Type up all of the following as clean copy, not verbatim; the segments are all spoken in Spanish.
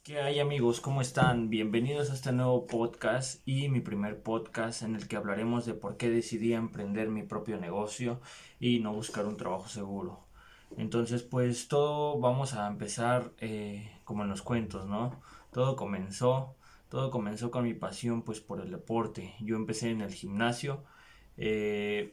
¿Qué hay amigos? ¿Cómo están? Bienvenidos a este nuevo podcast y mi primer podcast en el que hablaremos de por qué decidí emprender mi propio negocio y no buscar un trabajo seguro. Entonces pues todo vamos a empezar como en los cuentos, ¿no? Todo comenzó, todo comenzó con mi pasión pues por el deporte. Yo empecé en el gimnasio. eh,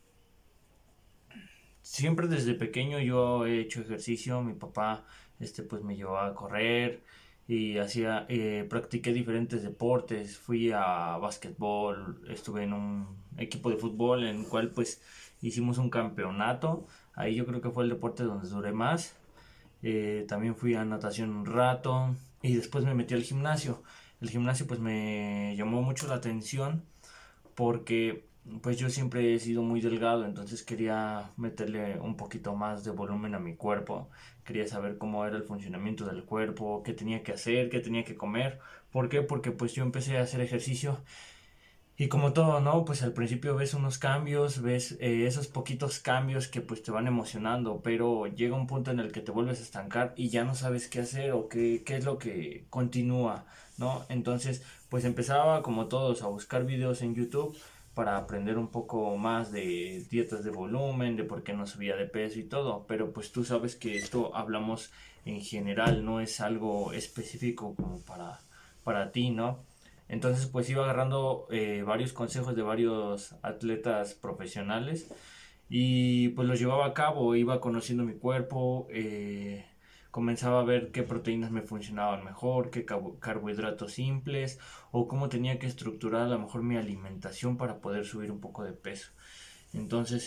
Siempre desde pequeño yo he hecho ejercicio. Mi papá pues me llevaba a correr y practiqué diferentes deportes. Fui a básquetbol, estuve en un equipo de fútbol en el cual pues hicimos un campeonato. Ahí yo creo que fue el deporte donde duré más. También fui a natación un rato y después me metí al gimnasio. El gimnasio pues me llamó mucho la atención porque pues yo siempre he sido muy delgado, entonces quería meterle un poquito más de volumen a mi cuerpo. Quería saber cómo era el funcionamiento del cuerpo, qué tenía que hacer, qué tenía que comer. ¿Por qué? Porque pues yo empecé a hacer ejercicio y como todo, ¿no? Pues al principio ves unos cambios, ves esos poquitos cambios que pues te van emocionando, pero llega un punto en el que te vuelves a estancar y ya no sabes qué hacer o qué es lo que continúa, ¿no? Entonces, pues empezaba como todos a buscar videos en YouTube para aprender un poco más de dietas de volumen, de por qué no subía de peso y todo, pero pues tú sabes que esto hablamos en general, no es algo específico como para ti, ¿no? Entonces pues iba agarrando varios consejos de varios atletas profesionales y pues los llevaba a cabo, iba conociendo mi cuerpo, comenzaba a ver qué proteínas me funcionaban mejor, qué carbohidratos simples o cómo tenía que estructurar a lo mejor mi alimentación para poder subir un poco de peso. Entonces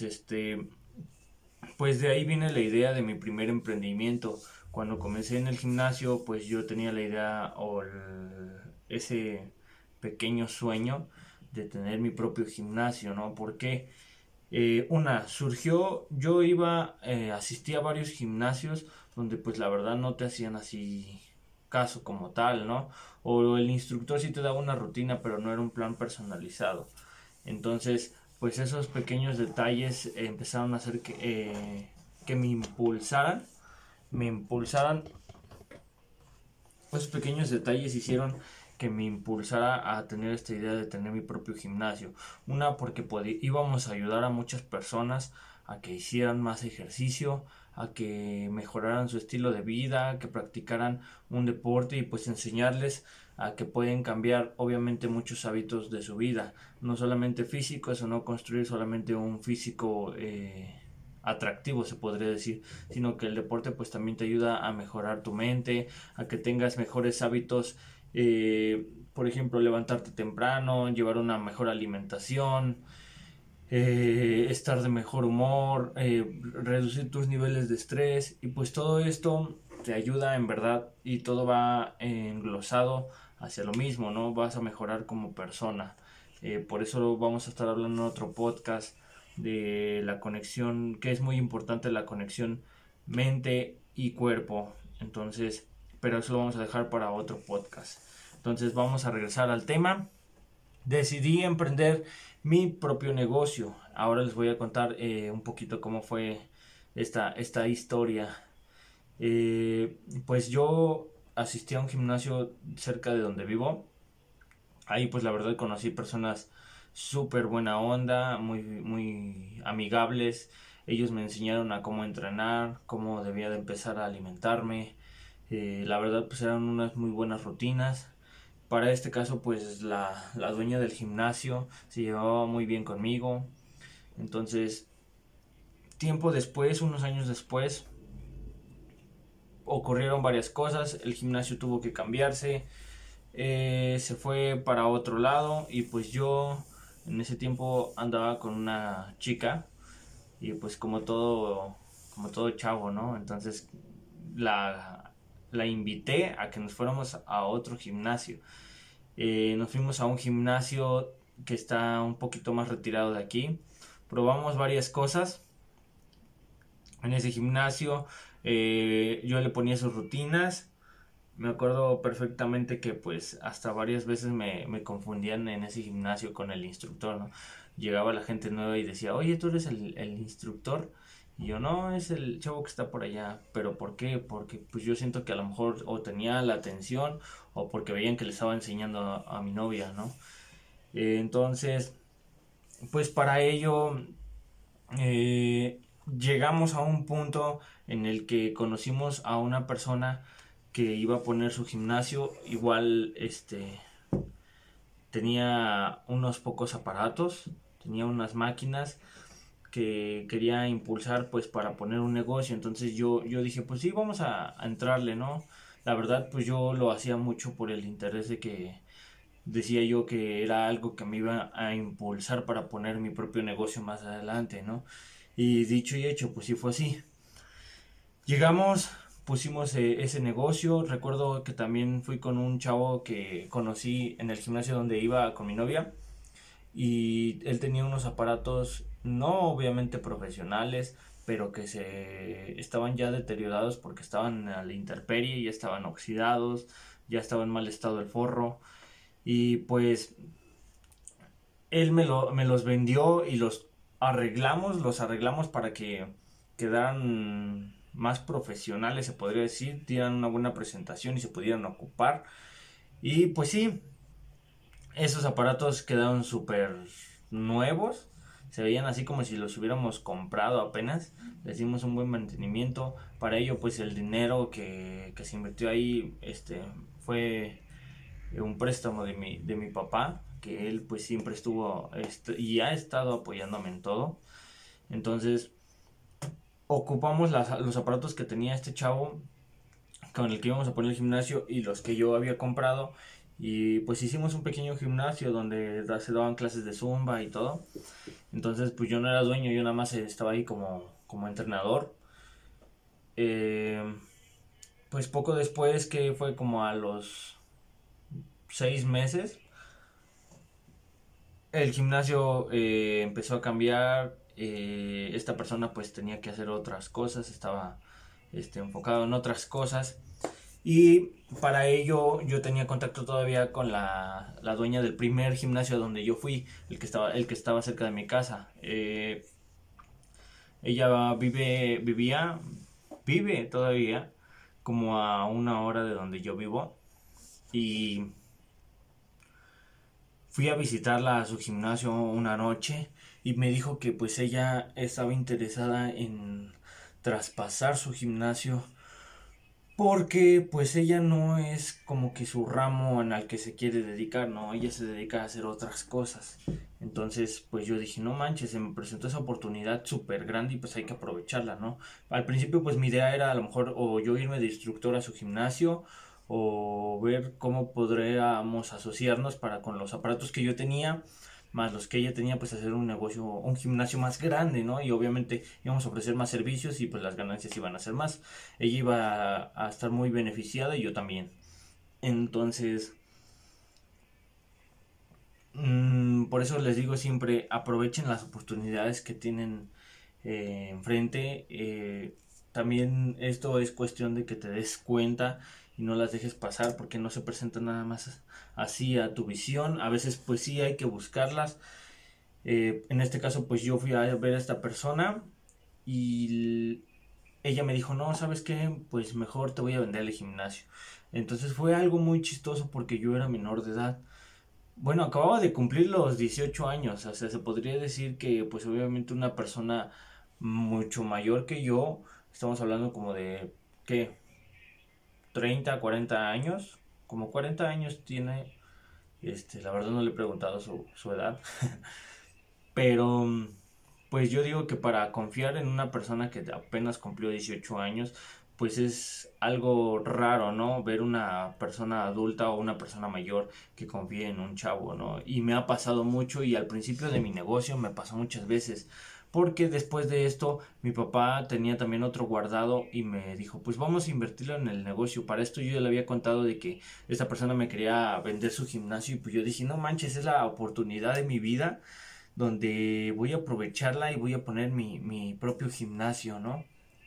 pues de ahí viene la idea de mi primer emprendimiento. Cuando comencé en el gimnasio, pues yo tenía la idea ese pequeño sueño de tener mi propio gimnasio, ¿no? Porque surgió, asistí a varios gimnasios donde pues la verdad no te hacían así caso como tal, ¿no? O el instructor sí te daba una rutina, pero no era un plan personalizado. Entonces, pues esos pequeños detalles empezaron a hacer que me impulsaran. Esos pequeños detalles hicieron que me impulsara a tener esta idea de tener mi propio gimnasio. Una, porque íbamos a ayudar a muchas personas a que hicieran más ejercicio, a que mejoraran su estilo de vida, a que practicaran un deporte y pues enseñarles a que pueden cambiar obviamente muchos hábitos de su vida, no solamente físicos o no construir solamente un físico atractivo se podría decir, sino que el deporte pues también te ayuda a mejorar tu mente, a que tengas mejores hábitos, por ejemplo levantarte temprano, llevar una mejor alimentación, estar de mejor humor, reducir tus niveles de estrés y pues todo esto te ayuda en verdad y todo va englosado hacia lo mismo, ¿no? Vas a mejorar como persona. Por eso vamos a estar hablando en otro podcast de la conexión, que es muy importante la conexión mente y cuerpo. Entonces, pero eso lo vamos a dejar para otro podcast. Entonces vamos a regresar al tema. Decidí emprender mi propio negocio. Ahora les voy a contar un poquito cómo fue esta historia. Pues yo asistí a un gimnasio cerca de donde vivo. Ahí pues la verdad conocí personas súper buena onda, muy amigables. Ellos me enseñaron a cómo entrenar, cómo debía de empezar a alimentarme. La verdad pues eran unas muy buenas rutinas. Para este caso pues la dueña del gimnasio se llevaba muy bien conmigo. Entonces tiempo después, unos años después, ocurrieron varias cosas. El gimnasio tuvo que cambiarse, se fue para otro lado y pues yo en ese tiempo andaba con una chica y pues como todo chavo, ¿no? Entonces la invité a que nos fuéramos a otro gimnasio. Nos fuimos a un gimnasio que está un poquito más retirado de aquí. Probamos varias cosas en ese gimnasio. Yo le ponía sus rutinas. Me acuerdo perfectamente que pues hasta varias veces me confundían en ese gimnasio con el instructor, ¿no? Llegaba la gente nueva y decía, oye, ¿tú eres el instructor? Y yo, no, es el chavo que está por allá. ¿Pero por qué? Porque pues yo siento que a lo mejor o tenía la atención o porque veían que le estaba enseñando a mi novia, ¿no? Entonces, pues para ello llegamos a un punto en el que conocimos a una persona que iba a poner su gimnasio. Igual, tenía unos pocos aparatos, tenía unas máquinas que quería impulsar pues para poner un negocio. Entonces yo dije, pues sí, vamos a entrarle, ¿no? La verdad, pues yo lo hacía mucho por el interés de que decía yo que era algo que me iba a impulsar para poner mi propio negocio más adelante, ¿no? Y dicho y hecho, pues sí fue así. Llegamos, pusimos ese negocio. Recuerdo que también fui con un chavo que conocí en el gimnasio donde iba con mi novia. Y él tenía unos aparatos no obviamente profesionales, pero que se estaban ya deteriorados porque estaban a la intemperie, ya estaban oxidados, ya estaba en mal estado el forro. Y pues él me los vendió y los arreglamos para que quedaran más profesionales, se podría decir, dieran una buena presentación y se pudieran ocupar. Y pues sí, esos aparatos quedaron súper nuevos. Se veían así como si los hubiéramos comprado apenas. Les dimos un buen mantenimiento. Para ello, pues el dinero que se invirtió ahí fue un préstamo de mi papá. Que él pues siempre estuvo y ha estado apoyándome en todo. Entonces, ocupamos los aparatos que tenía este chavo con el que íbamos a poner el gimnasio y los que yo había comprado. Y pues hicimos un pequeño gimnasio donde se daban clases de zumba y todo. Entonces pues yo no era dueño, yo nada más estaba ahí como entrenador. Eh, pues poco después, que fue como a los 6 meses, el gimnasio empezó a cambiar. Esta persona pues tenía que hacer otras cosas, estaba enfocado en otras cosas. Y para ello yo tenía contacto todavía con la dueña del primer gimnasio donde yo fui, el que estaba cerca de mi casa. Ella vive todavía como a 1 hora de donde yo vivo. Y fui a visitarla a su gimnasio una noche y me dijo que pues ella estaba interesada en traspasar su gimnasio porque pues ella no es como que su ramo en al que se quiere dedicar, no, ella se dedica a hacer otras cosas. Entonces pues yo dije, no manches, se me presentó esa oportunidad súper grande y pues hay que aprovecharla, ¿no? Al principio pues mi idea era a lo mejor o yo irme de instructor a su gimnasio o ver cómo podríamos asociarnos para con los aparatos que yo tenía más los que ella tenía, pues hacer un negocio, un gimnasio más grande, ¿no? Y obviamente íbamos a ofrecer más servicios y pues las ganancias iban a ser más. Ella iba a estar muy beneficiada y yo también. Entonces, por eso les digo siempre, aprovechen las oportunidades que tienen enfrente. También esto es cuestión de que te des cuenta y no las dejes pasar porque no se presentan nada más así a tu visión. A veces pues sí hay que buscarlas. En este caso pues yo fui a ver a esta persona y ella me dijo, no, ¿sabes qué? Pues mejor te voy a vender el gimnasio. Entonces fue algo muy chistoso porque yo era menor de edad. Bueno, acababa de cumplir los 18 años, o sea, se podría decir que pues obviamente una persona mucho mayor que yo, estamos hablando como de, ¿qué? 30, 40 años, como 40 años tiene, la verdad no le he preguntado su edad, pero pues yo digo que para confiar en una persona que apenas cumplió 18 años, pues es algo raro, ¿no? Ver una persona adulta o una persona mayor que confíe en un chavo, ¿no? Y me ha pasado mucho y al principio de mi negocio me pasó muchas veces. Porque después de esto mi papá tenía también otro guardado y me dijo, pues vamos a invertirlo en el negocio. Para esto yo ya le había contado de que esta persona me quería vender su gimnasio y pues yo dije, no manches, es la oportunidad de mi vida donde voy a aprovecharla y voy a poner mi propio gimnasio, ¿no?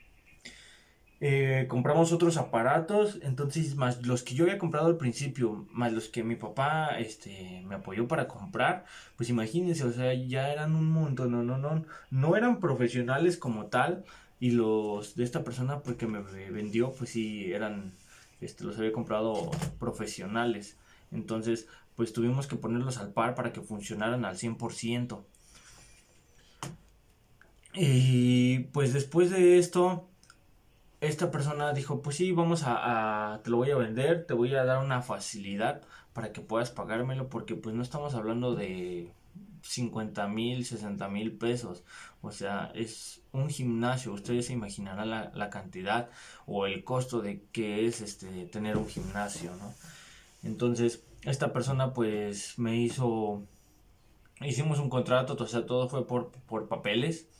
Compramos otros aparatos, entonces más los que yo había comprado al principio, más los que mi papá me apoyó para comprar, pues imagínense, o sea, ya eran un montón, no eran profesionales como tal, y los de esta persona pues que me vendió pues sí eran, los había comprado profesionales. Entonces pues tuvimos que ponerlos al par para que funcionaran al 100%. Y pues después de esto, esta persona dijo, pues sí, te lo voy a vender, te voy a dar una facilidad para que puedas pagármelo, porque pues no estamos hablando de 50,000, 60,000 pesos. O sea, es un gimnasio. Ustedes se imaginarán la cantidad o el costo de que es tener un gimnasio, ¿no? Entonces, esta persona pues hicimos un contrato, o sea, todo fue por papeles.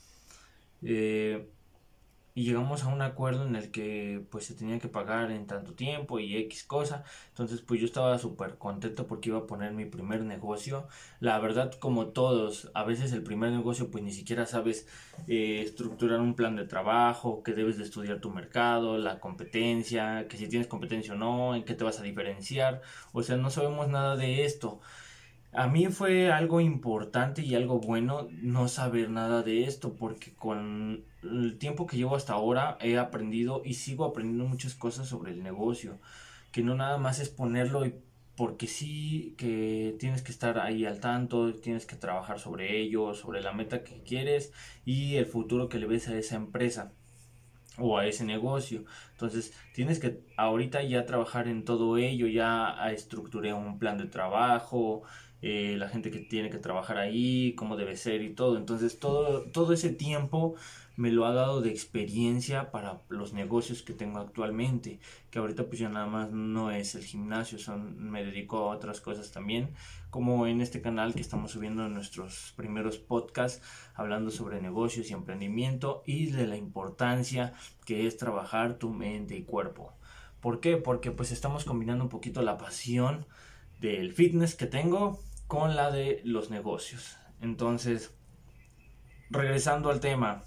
Eh, y llegamos a un acuerdo en el que pues se tenía que pagar en tanto tiempo y X cosa. Entonces pues yo estaba súper contento porque iba a poner mi primer negocio. La verdad, como todos, a veces el primer negocio pues ni siquiera sabes estructurar un plan de trabajo, que debes de estudiar tu mercado, la competencia, que si tienes competencia o no, en qué te vas a diferenciar. O sea, no sabemos nada de esto. A mí fue algo importante y algo bueno no saber nada de esto, porque con el tiempo que llevo hasta ahora he aprendido y sigo aprendiendo muchas cosas sobre el negocio, que no nada más es ponerlo y porque sí, que tienes que estar ahí al tanto, tienes que trabajar sobre ello, sobre la meta que quieres y el futuro que le ves a esa empresa o a ese negocio. Entonces tienes que ahorita ya trabajar en todo ello, ya estructuré un plan de trabajo, la gente que tiene que trabajar ahí, cómo debe ser y todo. Entonces todo ese tiempo me lo ha dado de experiencia para los negocios que tengo actualmente, que ahorita pues ya nada más no es el gimnasio, me dedico a otras cosas también, como en este canal que estamos subiendo nuestros primeros podcasts hablando sobre negocios y emprendimiento y de la importancia que es trabajar tu mente y cuerpo. ¿Por qué? Porque pues estamos combinando un poquito la pasión del fitness que tengo con la de los negocios. Entonces, regresando al tema,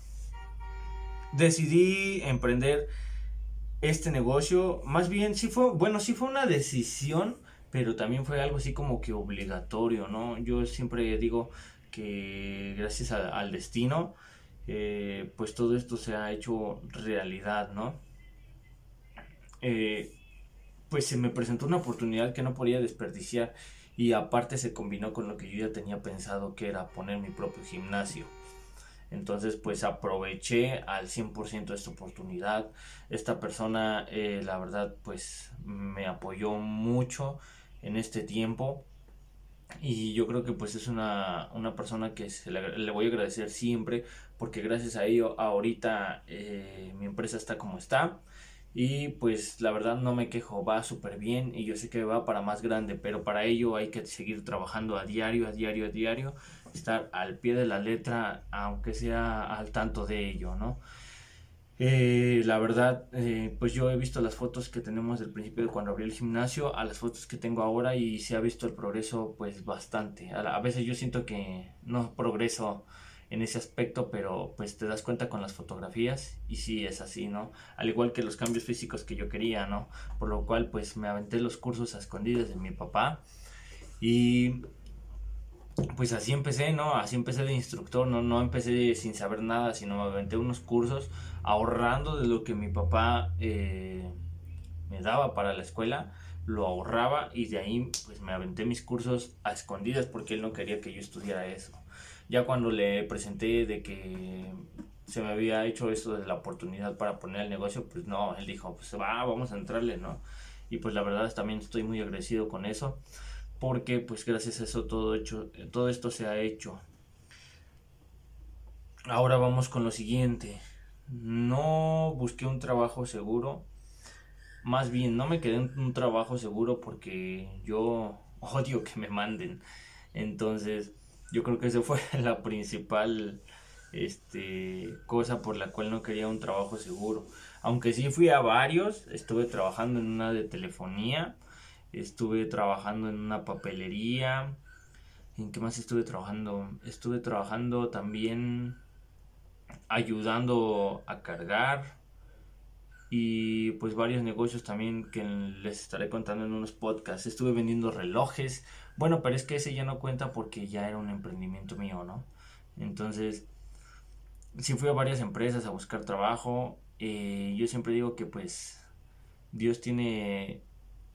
decidí emprender este negocio. Más bien sí fue una decisión, pero también fue algo así como que obligatorio, ¿no? Yo siempre digo que gracias al destino, pues todo esto se ha hecho realidad, ¿no? Eh, pues se me presentó una oportunidad que no podía desperdiciar y aparte se combinó con lo que yo ya tenía pensado, que era poner mi propio gimnasio. Entonces pues aproveché al 100% esta oportunidad. Esta persona la verdad pues me apoyó mucho en este tiempo y yo creo que pues es una persona que le voy a agradecer siempre, porque gracias a ello ahorita mi empresa está como está. Y pues la verdad no me quejo, va súper bien y yo sé que va para más grande, pero para ello hay que seguir trabajando a diario, a diario, a diario, estar al pie de la letra, aunque sea al tanto de ello, ¿no? La verdad, pues yo he visto las fotos que tenemos del principio de cuando abrí el gimnasio a las fotos que tengo ahora y se ha visto el progreso pues bastante. A veces yo siento que no progreso en ese aspecto, pero pues te das cuenta con las fotografías y sí es así, ¿no? Al igual que los cambios físicos que yo quería, ¿no? Por lo cual pues me aventé los cursos a escondidas de mi papá y pues así empecé, ¿no? Así empecé de instructor, no empecé sin saber nada, sino me aventé unos cursos ahorrando de lo que mi papá me daba para la escuela, lo ahorraba y de ahí pues me aventé mis cursos a escondidas porque él no quería que yo estudiara eso. Ya cuando le presenté de que se me había hecho eso de la oportunidad para poner el negocio, pues no, él dijo, pues vamos a entrarle, ¿no? Y pues la verdad también estoy muy agradecido con eso, porque pues gracias a eso todo esto se ha hecho. Ahora vamos con lo siguiente. No busqué un trabajo seguro, más bien no me quedé en un trabajo seguro porque yo odio que me manden. Entonces, yo creo que esa fue la principal cosa por la cual no quería un trabajo seguro. Aunque sí fui a varios, estuve trabajando en una de telefonía, estuve trabajando en una papelería. ¿En qué más estuve trabajando? Estuve trabajando también ayudando a cargar y pues varios negocios también que les estaré contando en unos podcasts. Estuve vendiendo relojes. Bueno, pero es que ese ya no cuenta porque ya era un emprendimiento mío, ¿no? Entonces, sí fui a varias empresas a buscar trabajo. Yo siempre digo que pues Dios tiene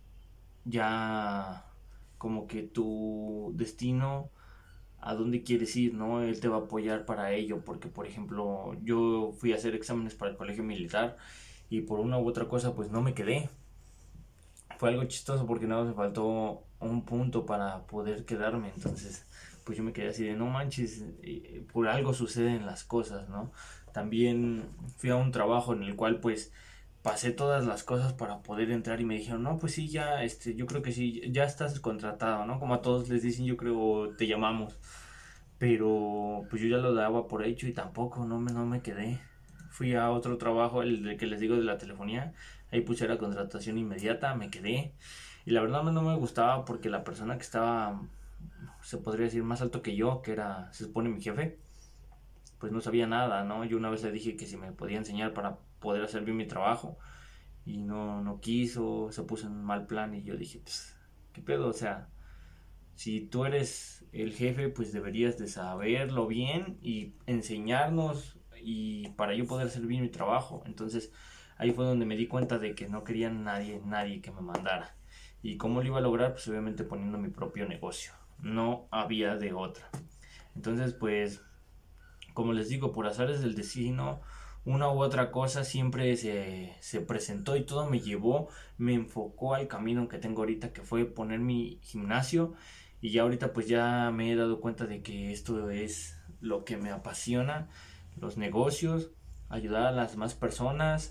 ya como que tu destino, a dónde quieres ir, ¿no? Él te va a apoyar para ello, porque por ejemplo yo fui a hacer exámenes para el colegio militar y por una u otra cosa pues no me quedé. Fue algo chistoso porque nada más me faltó un punto para poder quedarme, entonces pues yo me quedé así de no manches, por algo suceden las cosas, ¿no? También fui a un trabajo en el cual pues pasé todas las cosas para poder entrar y me dijeron, no, pues sí, ya, yo creo que sí, ya estás contratado, ¿no? Como a todos les dicen, yo creo, te llamamos. Pero pues yo ya lo daba por hecho y tampoco, no me quedé. Fui a otro trabajo, el de que les digo de la telefonía, ahí puse la contratación inmediata, me quedé. Y la verdad no me gustaba porque la persona que estaba, se podría decir, más alto que yo, que era, se supone mi jefe, pues no sabía nada, ¿no? Yo una vez le dije que si me podía enseñar para poder hacer bien mi trabajo y no quiso, se puso en un mal plan y yo dije, pues, ¿qué pedo? O sea, si tú eres el jefe, pues deberías de saberlo bien y enseñarnos y para yo poder hacer bien mi trabajo. Entonces ahí fue donde me di cuenta de que no quería nadie que me mandara. ¿Y cómo lo iba a lograr? Pues obviamente poniendo mi propio negocio. No había de otra. Entonces pues como les digo, por azares del destino, una u otra cosa siempre se presentó y todo me llevó, me enfocó al camino que tengo ahorita, que fue poner mi gimnasio. Y ya ahorita pues ya me he dado cuenta de que esto es lo que me apasiona, los negocios, ayudar a las demás personas,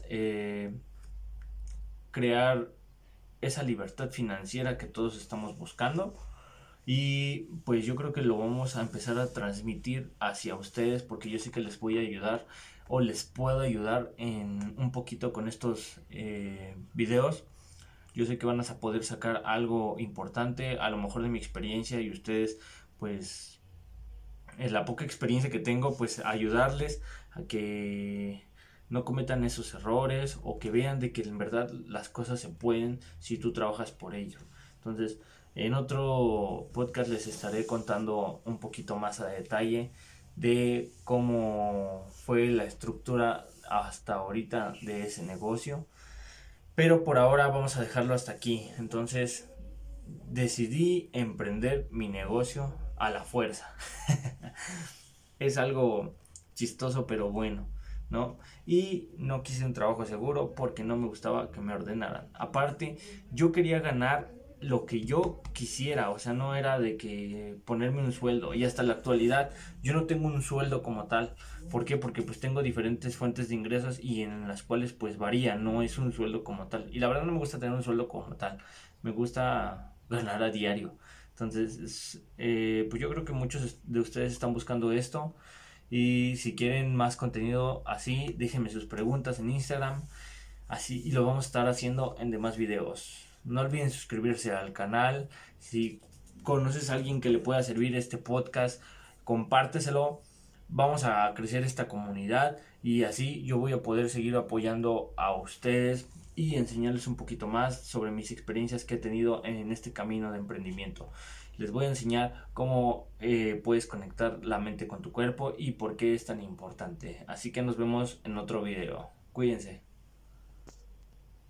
crear esa libertad financiera que todos estamos buscando. Y pues yo creo que lo vamos a empezar a transmitir hacia ustedes porque yo sé que les voy a ayudar o les puedo ayudar en un poquito con estos videos. Yo sé que van a poder sacar algo importante, a lo mejor de mi experiencia y ustedes pues en la poca experiencia que tengo pues ayudarles a que no cometan esos errores o que vean de que en verdad las cosas se pueden si tú trabajas por ello. Entonces, en otro podcast les estaré contando un poquito más a detalle de cómo fue la estructura hasta ahorita de ese negocio. Pero por ahora vamos a dejarlo hasta aquí. Entonces, decidí emprender mi negocio a la fuerza. Es algo chistoso pero bueno, ¿no? Y no quise un trabajo seguro porque no me gustaba que me ordenaran. Aparte, yo quería ganar lo que yo quisiera, o sea, no era de que ponerme un sueldo. Y hasta la actualidad yo no tengo un sueldo como tal. ¿Por qué? Porque pues tengo diferentes fuentes de ingresos y en las cuales pues varía, no es un sueldo como tal. Y la verdad no me gusta tener un sueldo como tal, me gusta ganar a diario. Entonces, pues yo creo que muchos de ustedes están buscando esto. Y si quieren más contenido así, déjenme sus preguntas en Instagram. Así, y lo vamos a estar haciendo en demás videos. No olviden suscribirse al canal. Si conoces a alguien que le pueda servir este podcast, compárteselo. Vamos a crecer esta comunidad y así yo voy a poder seguir apoyando a ustedes y enseñarles un poquito más sobre mis experiencias que he tenido en este camino de emprendimiento. Les voy a enseñar cómo puedes conectar la mente con tu cuerpo y por qué es tan importante. Así que nos vemos en otro video. Cuídense.